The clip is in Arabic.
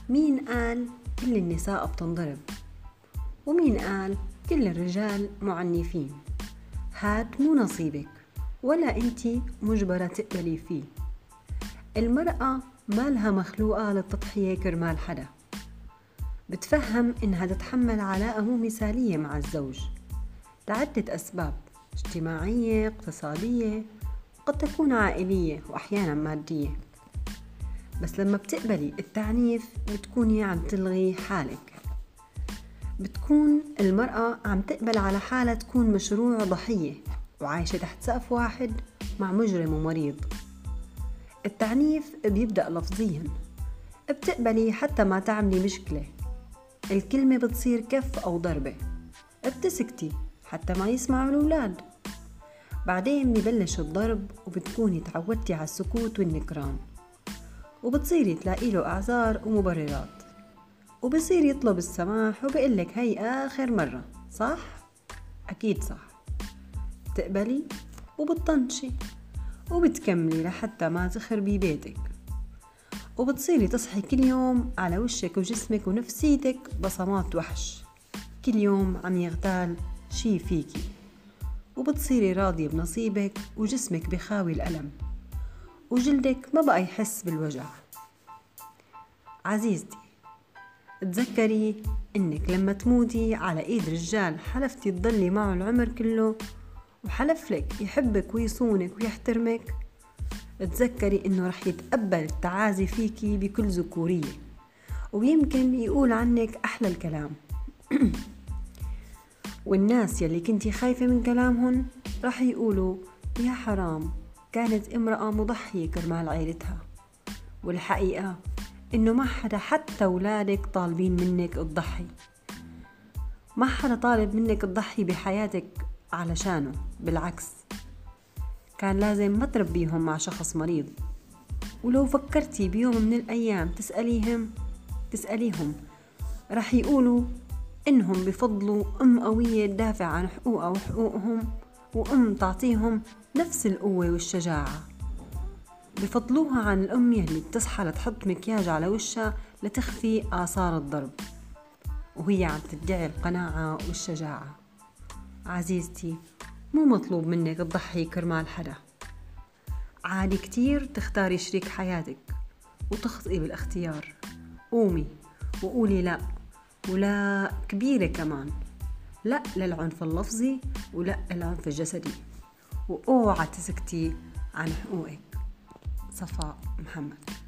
مين قال كل النساء بتنضرب؟ ومين قال كل الرجال معنفين؟ هاد مو نصيبك ولا انتي مجبرة تقبلي فيه. المرأة مالها مخلوقة للتضحية كرمال حدا. بتفهم انها تتحمل علاقة مو مثالية مع الزوج لعدة أسباب اجتماعية، اقتصادية، قد تكون عائلية وأحيانا مادية. بس لما بتقبلي التعنيف بتكوني عم تلغي حالك. بتكون المرأة عم تقبل على حالة تكون مشروع ضحية وعايشة تحت سقف واحد مع مجرم ومريض. التعنيف بيبدأ لفظيا، بتقبلي حتى ما تعملي مشكلة، الكلمة بتصير كف أو ضربة، بتسكتي حتى ما يسمعوا الأولاد. بعدين ببلش الضرب وبتكوني تعودتي على السكوت والنكران، وبتصيري تلاقي له أعذار ومبررات، وبصير يطلب السماح وبقلك هي آخر مرة. صح؟ أكيد صح. بتقبلي وبتطنشي وبتكملي لحتى ما تخربي بيتك، وبتصيري تصحي كل يوم على وشك وجسمك ونفسيتك بصمات وحش، كل يوم عم يغتال شي فيكي، وبتصيري راضية بنصيبك وجسمك بخاوي الألم وجلدك ما بقى يحس بالوجع. عزيزتي، تذكري انك لما تموتي على ايد رجال حلفتي تضلي معه العمر كله وحلف لك يحبك ويصونك ويحترمك، تذكري انه رح يتقبل التعازي فيكي بكل ذكورية، ويمكن يقول عنك احلى الكلام. والناس يلي كنتي خايفة من كلامهن رح يقولوا يا حرام كانت امرأة مضحية كرمال عيلتها. والحقيقة إنه ما حدا حتى أولادك طالبين منك تضحي، ما حدا طالب منك تضحي بحياتك علشانه، بالعكس كان لازم ما تربيهم مع شخص مريض. ولو فكرتي بيوم من الأيام تسأليهم رح يقولوا إنهم بفضلوا أم قوية تدافع عن حقوقها وحقوقهم، وأم تعطيهم نفس القوة والشجاعة. بفضلوها عن الأم يلي بتصحى لتحط مكياج على وشها لتخفي آثار الضرب وهي عم تدعي القناعة والشجاعة. عزيزتي، مو مطلوب منك تضحي كرمال حدا، عادي كتير تختاري شريك حياتك وتخطئي بالاختيار. قومي وقولي لا، ولا كبيرة كمان، لا للعنف اللفظي ولا للعنف الجسدي، واوعى تسكتي عن حقوقك. صفاء محمد.